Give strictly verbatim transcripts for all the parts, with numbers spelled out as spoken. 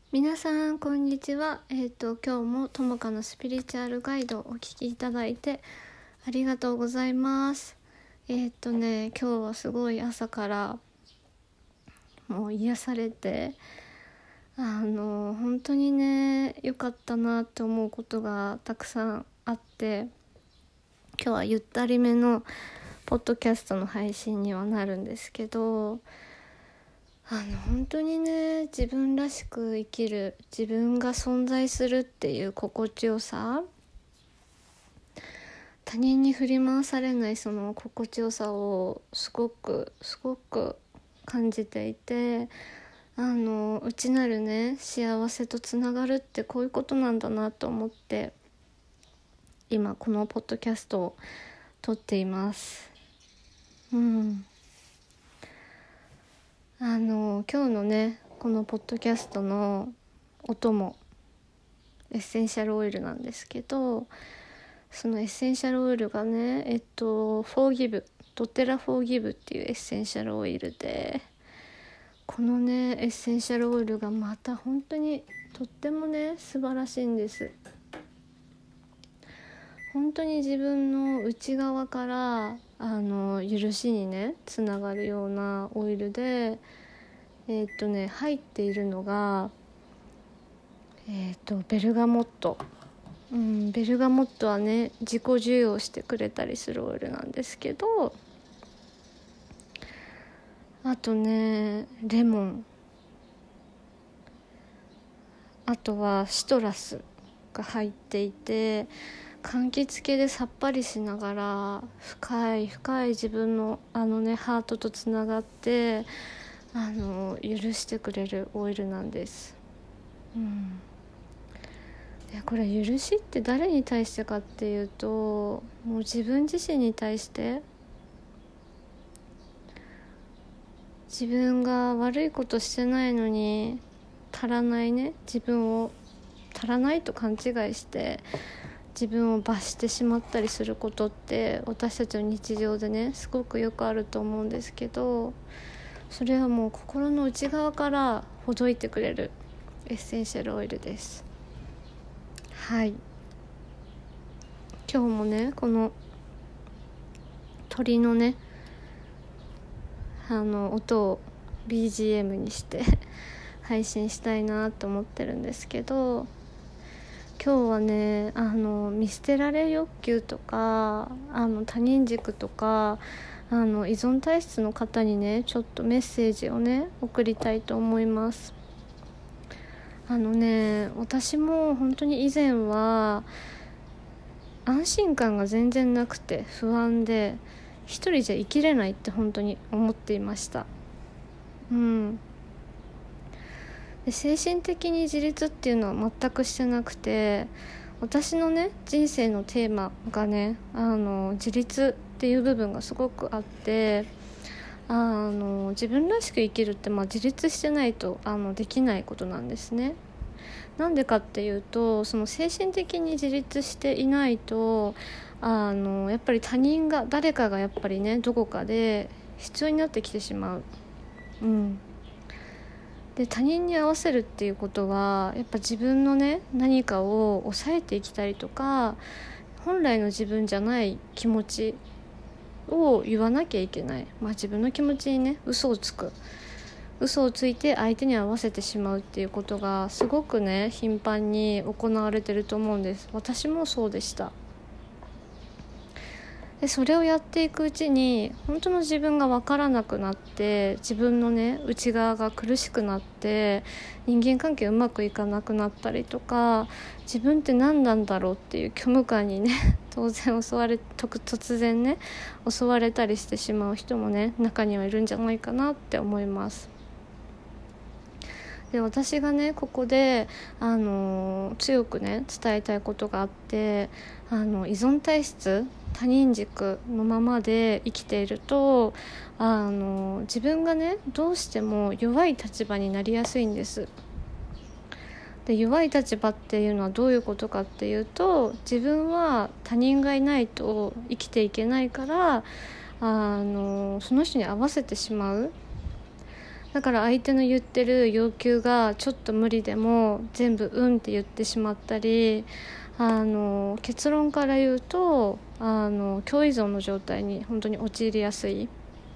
皆さんこんにちは。えっ、と今日もともかのスピリチュアルガイドをお聞きいただいてありがとうございます。えっ、とね今日はすごい朝からもう癒されて、あの本当にね良かったなって思うことがたくさんあって、今日はゆったりめのポッドキャストの配信にはなるんですけど、あの本当にね自分らしく生きる、自分が存在するっていう心地よさ、他人に振り回されないその心地よさをすごくすごく感じていて、あの内なるね幸せとつながるってこういうことなんだなと思って、今このポッドキャストを撮っています。うんあの今日のねこのポッドキャストの音もエッセンシャルオイルなんですけど、そのエッセンシャルオイルがねえっとフォーギブドテラフォーギブっていうエッセンシャルオイルで、このねエッセンシャルオイルがまた本当にとってもね素晴らしいんです。本当に自分の内側からあの許しにねつながるようなオイルで、えーっとね入っているのがえーっとベルガモット、うん、ベルガモットはね自己授与してくれたりするオイルなんですけど、あとねレモン、あとはシトラスが入っていて、柑橘系でさっぱりしながら深い深い自分のあのねハートとつながってあの許してくれるオイルなんです。うん、でこれ許しって誰に対してかっていうと、もう自分自身に対して、自分が悪いことしてないのに足らないね自分を足らないと勘違いして自分を罰してしまったりすることって私たちの日常でねすごくよくあると思うんですけど、それはもう心の内側からほどいてくれるエッセンシャルオイルです。はい、今日もねこの鳥のねあの音を ビージーエム にして配信したいなと思ってるんですけど、今日はねあの見捨てられ欲求とかあの他人軸とかあの依存体質の方にねちょっとメッセージをね送りたいと思います。あのね私も本当に以前は安心感が全然なくて不安で、一人じゃ生きれないって本当に思っていました。うんで精神的に自立っていうのは全くしてなくて、私のね人生のテーマがねあの自立っていう部分がすごくあって、あの自分らしく生きるって、まあ、自立してないとあのできないことなんですね。なんでかっていうと、その精神的に自立していないとあのやっぱり他人が誰かがやっぱりねどこかで必要になってきてしまう。うんで他人に合わせるっていうことはやっぱ自分のね何かを抑えていきたりとか、本来の自分じゃない気持ちを言わなきゃいけない、まあ、自分の気持ちにね嘘をつく嘘をついて相手に合わせてしまうっていうことがすごくね頻繁に行われてると思うんです。私もそうでした。でそれをやっていくうちに本当の自分が分からなくなって、自分のね内側が苦しくなって人間関係うまくいかなくなったりとか、自分って何なんだろうっていう虚無感にね当然襲われ突然ね襲われたりしてしまう人もね中にはいるんじゃないかなって思います。で私がねここで、あのー、強くね伝えたいことがあって、あの依存体質他人軸のままで生きていると、あのー、自分がねどうしても弱い立場になりやすいんです。で弱い立場っていうのはどういうことかっていうと、自分は他人がいないと生きていけないから、あのー、その人に合わせてしまう。 だから相手の言ってる要求がちょっと無理でも全部うんって言ってしまったり、あの結論から言うとあの共依存の状態に本当に陥りやすい。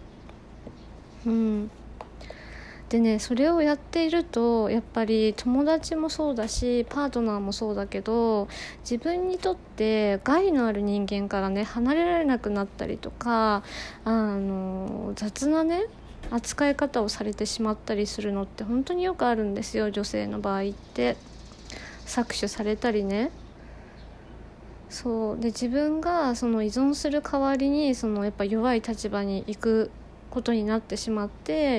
うんでね、それをやっているとやっぱり友達もそうだしパートナーもそうだけど、自分にとって害のある人間からね離れられなくなったりとか、あの雑なね扱い方をされてしまったりするのって本当によくあるんですよ。女性の場合って搾取されたりね。そうで自分がその依存する代わりにそのやっぱ弱い立場に行くことになってしまって、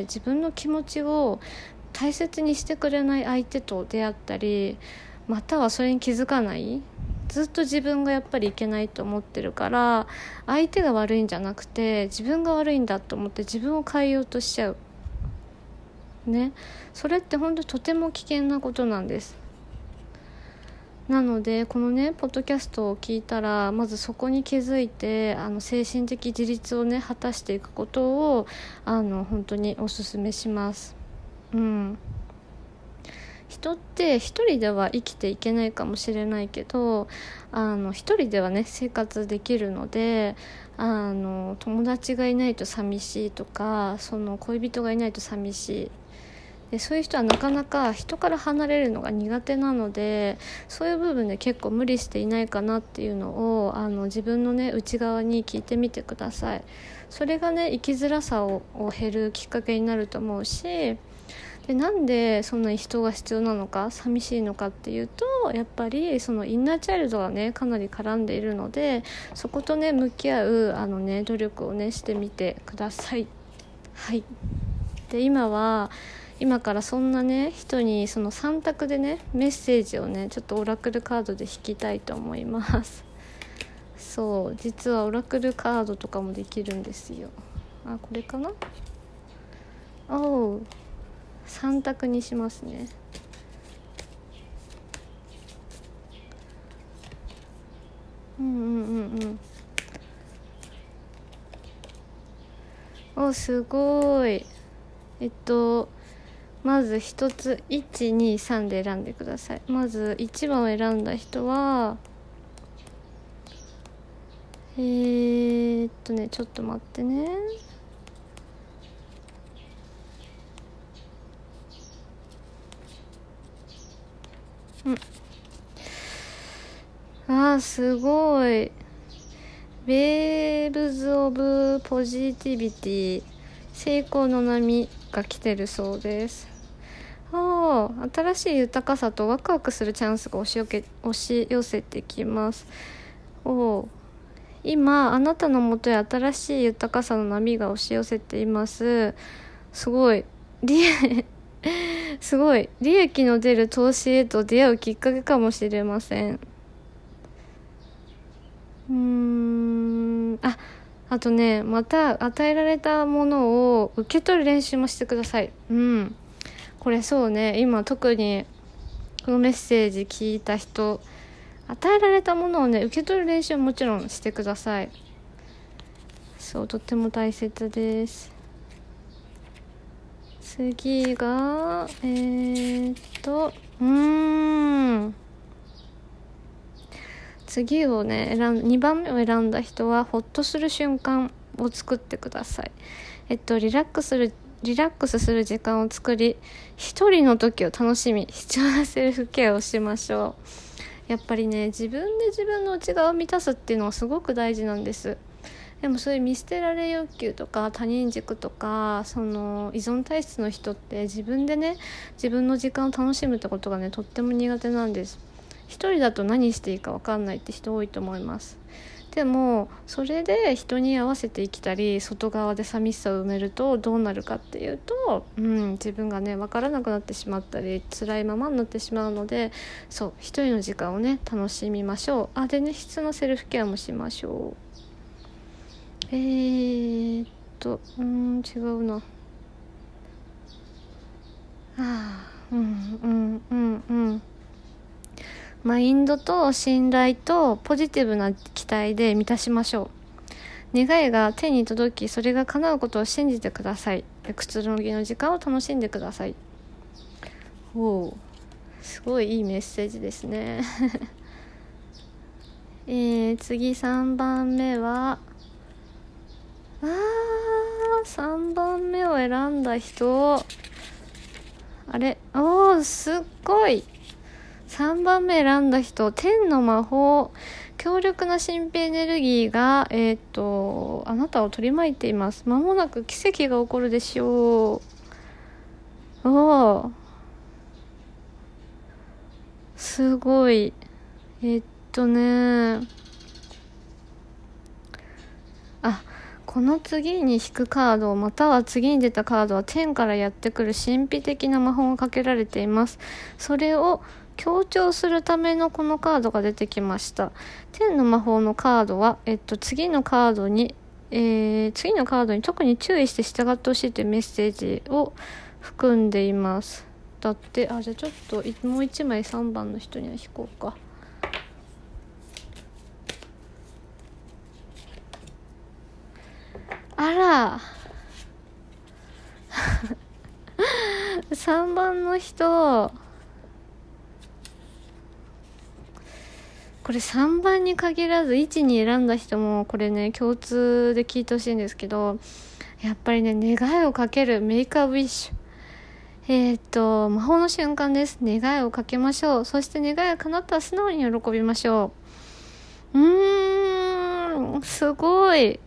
自分の気持ちを大切にしてくれない相手と出会ったり、またはそれに気づかない、ずっと自分がやっぱりいけないと思ってるから、相手が悪いんじゃなくて自分が悪いんだと思って自分を変えようとしちゃうね。それって本当とても危険なことなんです。なのでこのねポッドキャストを聞いたら、まずそこに気づいてあの精神的自立をね果たしていくことをあの本当にお勧めします。うん人って一人では生きていけないかもしれないけど、あの一人ではね生活できるので、あの友達がいないと寂しいとか、その恋人がいないと寂しいで、そういう人はなかなか人から離れるのが苦手なので、そういう部分で結構無理していないかなっていうのをあの自分のね内側に聞いてみてください。それがね生きづらさを減るきっかけになると思うし、でなんでそんなに人が必要なのか寂しいのかっていうと、やっぱりそのインナーチャイルドがねかなり絡んでいるので、そことね向き合うあのね努力をねしてみてください。はいで今は今からそんなね人にそのさん択でねメッセージをねちょっとオラクルカードで引きたいと思います。そう実はオラクルカードとかもできるんですよ。あこれかな。おうさん択にしますね。うんうんうんうんおすごい。えっとまず一ついちにさんで選んでください。まずいちばんを選んだ人はえーっとねちょっと待ってね。うんあーすごい。ベーブズ・オブ・ポジティビティ、成功の波が来てるそうです。お新しい豊かさとワクワクするチャンスが押し寄け押し寄せてきます。お今あなたのもとへ新しい豊かさの波が押し寄せています。すごい利すごい利益の出る投資へと出会うきっかけかもしれません。うーんああとねまた与えられたものを受け取る練習もしてください。うんこれそうね、今特にこのメッセージ聞いた人、与えられたものをね受け取る練習ももちろんしてください。そうとっても大切です。次がえー、っとうーん次をね選んにばんめを選んだ人はホッとする瞬間を作ってください。えっとリラックスするリラックスする時間を作り、一人の時を楽しみ必要なセルフケアをしましょう。やっぱりね自分で自分の内側を満たすっていうのはすごく大事なんです。でもそういう見捨てられ欲求とか他人軸とかその依存体質の人って自分でね自分の時間を楽しむってことがねとっても苦手なんです。一人だと何していいか分かんないって人多いと思います。でもそれで人に合わせて生きたり外側で寂しさを埋めるとどうなるかっていうと、うん、自分がね分からなくなってしまったり辛いままになってしまうので、そう一人の時間をね楽しみましょう。あでね必要なセルフケアもしましょう。えーっとうん違うなあうんうんうんうんマインドと信頼とポジティブな期待で満たしましょう。 願いが手に届き、それが叶うことを信じてください。くつろぎの時間を楽しんでください。おー、すごいいいメッセージですね。えー、次さんばんめは、あー、さんばんめを選んだ人、あれ、おー、すっごい。さんばんめ選んだ人、天の魔法、強力な神秘エネルギーが、えっと、あなたを取り巻いています。間もなく奇跡が起こるでしょう。おー、すごい。えっとね、あ、この次に引くカードまたは次に出たカードは天からやってくる神秘的な魔法がかけられています。それを強調するためのこのカードが出てきました。天の魔法のカードは、えっと、次のカードに、えー、次のカードに特に注意して従ってほしいというメッセージを含んでいます。だって、あ、じゃあちょっともう一枚さんばんの人には引こうか。あらさんばんの人、これさんばんに限らずいちに選んだ人もこれね共通で聞いてほしいんですけど、やっぱりね願いをかける、メイクアウィッシュ、えー、っと魔法の瞬間です。願いをかけましょう。そして願いが叶ったら素直に喜びましょう。うーん、すごい。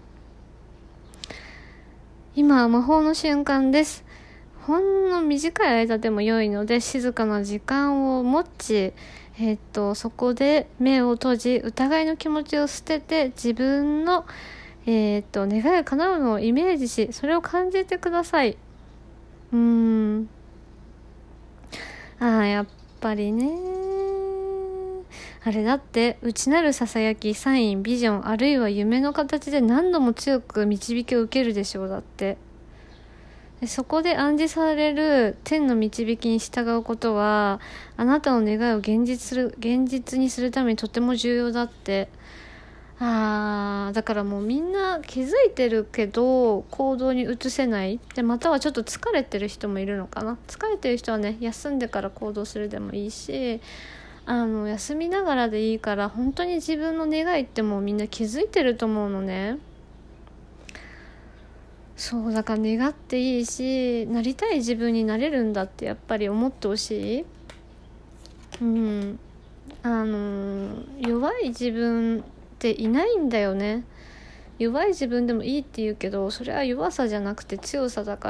今は魔法の瞬間です。ほんの短い間でも良いので静かな時間を持ち、えー、っとそこで目を閉じ、疑いの気持ちを捨てて自分の、えー、っと願いが叶うのをイメージし、それを感じてください。うーん、あー、やっぱりね、あれだって内なるささやき、サイン、ビジョン、あるいは夢の形で何度も強く導きを受けるでしょう。だってでそこで暗示される天の導きに従うことはあなたの願いを現実する現実にするためにとても重要だって。あー、だからもうみんな気づいてるけど行動に移せないで、またはちょっと疲れてる人もいるのかな。疲れてる人はね休んでから行動するでもいいし、あの休みながらでいいから、本当に自分の願いってもうみんな気づいてると思うのね。そうだから願っていいし、なりたい自分になれるんだってやっぱり思ってほしい。うんあの弱い自分っていないんだよね。弱い自分でもいいって言うけど、それは弱さじゃなくて強さだから、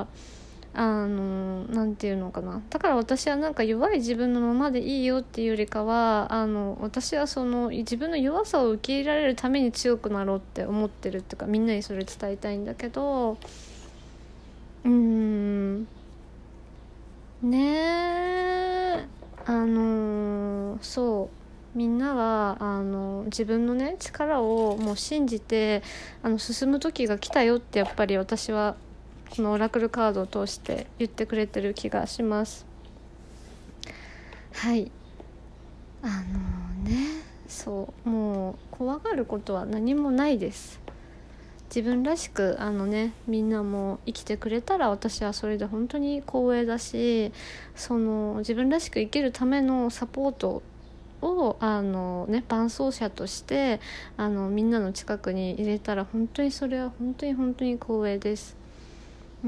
あのなんていうのかな、だから私はなんか弱い自分のままでいいよっていうよりかは、あの私はその自分の弱さを受け入れられるために強くなろうって思ってるっていうか、みんなにそれ伝えたいんだけど、うーんねえ、あのそうみんなはあの自分のね力をもう信じて、あの進む時が来たよってやっぱり私はこのオラクルカードを通して言ってくれてる気がします。はい、あのね、そうもう怖がることは何もないです。自分らしくあのねみんなも生きてくれたら私はそれで本当に光栄だし、その自分らしく生きるためのサポートをあのね伴走者としてあのみんなの近くに入れたら本当にそれは本当に本当に光栄です。うん、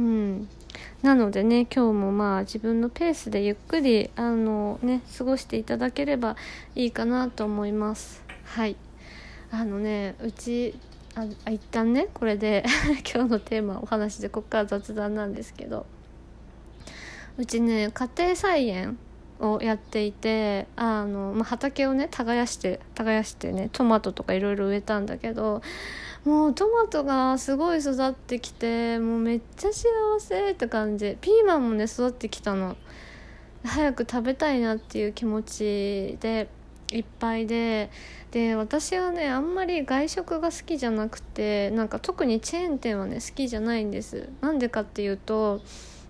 なのでね今日もまあ自分のペースでゆっくりあのね過ごしていただければいいかなと思います。はい、あのねうちああ一旦ねこれで今日のテーマお話でここから雑談なんですけど、うちね家庭菜園をやっていて、あの、まあ、畑をね耕して耕してねトマトとかいろいろ植えたんだけど、もうトマトがすごい育ってきて、もうめっちゃ幸せって感じ。ピーマンもね育ってきたの。早く食べたいなっていう気持ちでいっぱいで、で私はねあんまり外食が好きじゃなくて、なんか特にチェーン店はね好きじゃないんです。なんでかっていうと、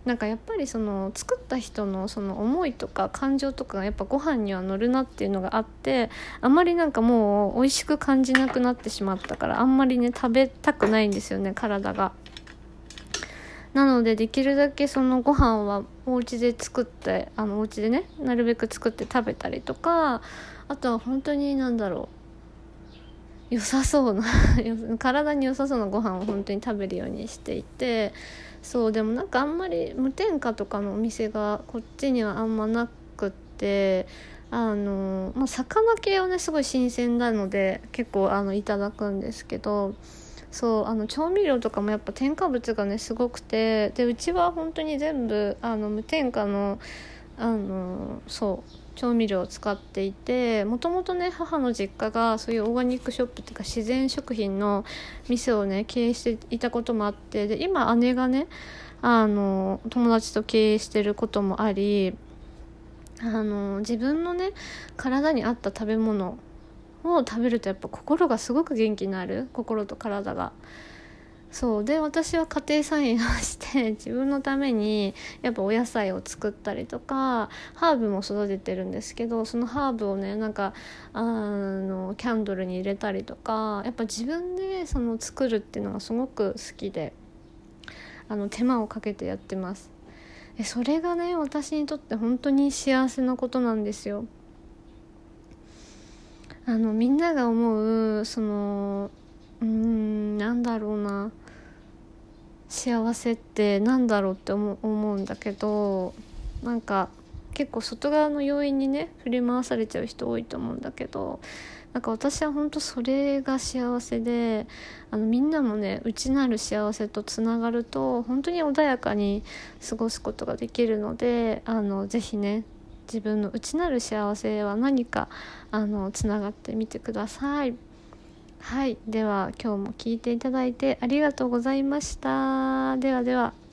なんかやっぱりその作った人のその思いとか感情とかがやっぱご飯には乗るなっていうのがあって、あまりなんかもう美味しく感じなくなってしまったから、あんまりね食べたくないんですよね、体が。なのでできるだけそのご飯はお家で作って、あのお家でねなるべく作って食べたりとか、あとは本当になんだろう、良さそうな体に良さそうなご飯を本当に食べるようにしていて、そうでもなんかあんまり無添加とかのお店がこっちにはあんまなくって、あの、まあ、魚系はねすごい新鮮なので結構あのいただくんですけど、そうあの調味料とかもやっぱ添加物がねすごくて、でうちは本当に全部あの無添加のあのそう調味料を使っていて、もともとね母の実家がそういうオーガニックショップっていうか自然食品の店をね経営していたこともあって、で今姉がねあの友達と経営してることもあり、あの自分のね体に合った食べ物を食べるとやっぱ心がすごく元気になる、心と体が。そうで私は家庭菜園をして自分のためにやっぱお野菜を作ったりとか、ハーブも育ててるんですけど、そのハーブをねなんかあのキャンドルに入れたりとか、やっぱ自分でその作るっていうのがすごく好きで、あの手間をかけてやってます。えそれがね私にとって本当に幸せなことなんですよ。あのみんなが思うそのうーんなんだろうな、幸せってなんだろうって思う、思うんだけど、なんか結構外側の要因にね振り回されちゃう人多いと思うんだけど、なんか私は本当それが幸せで、あのみんなもね内なる幸せとつながると本当に穏やかに過ごすことができるので、あのぜひね自分の内なる幸せは何かあのつながってみてください。はい、では今日も聞いていただいてありがとうございました。ではでは。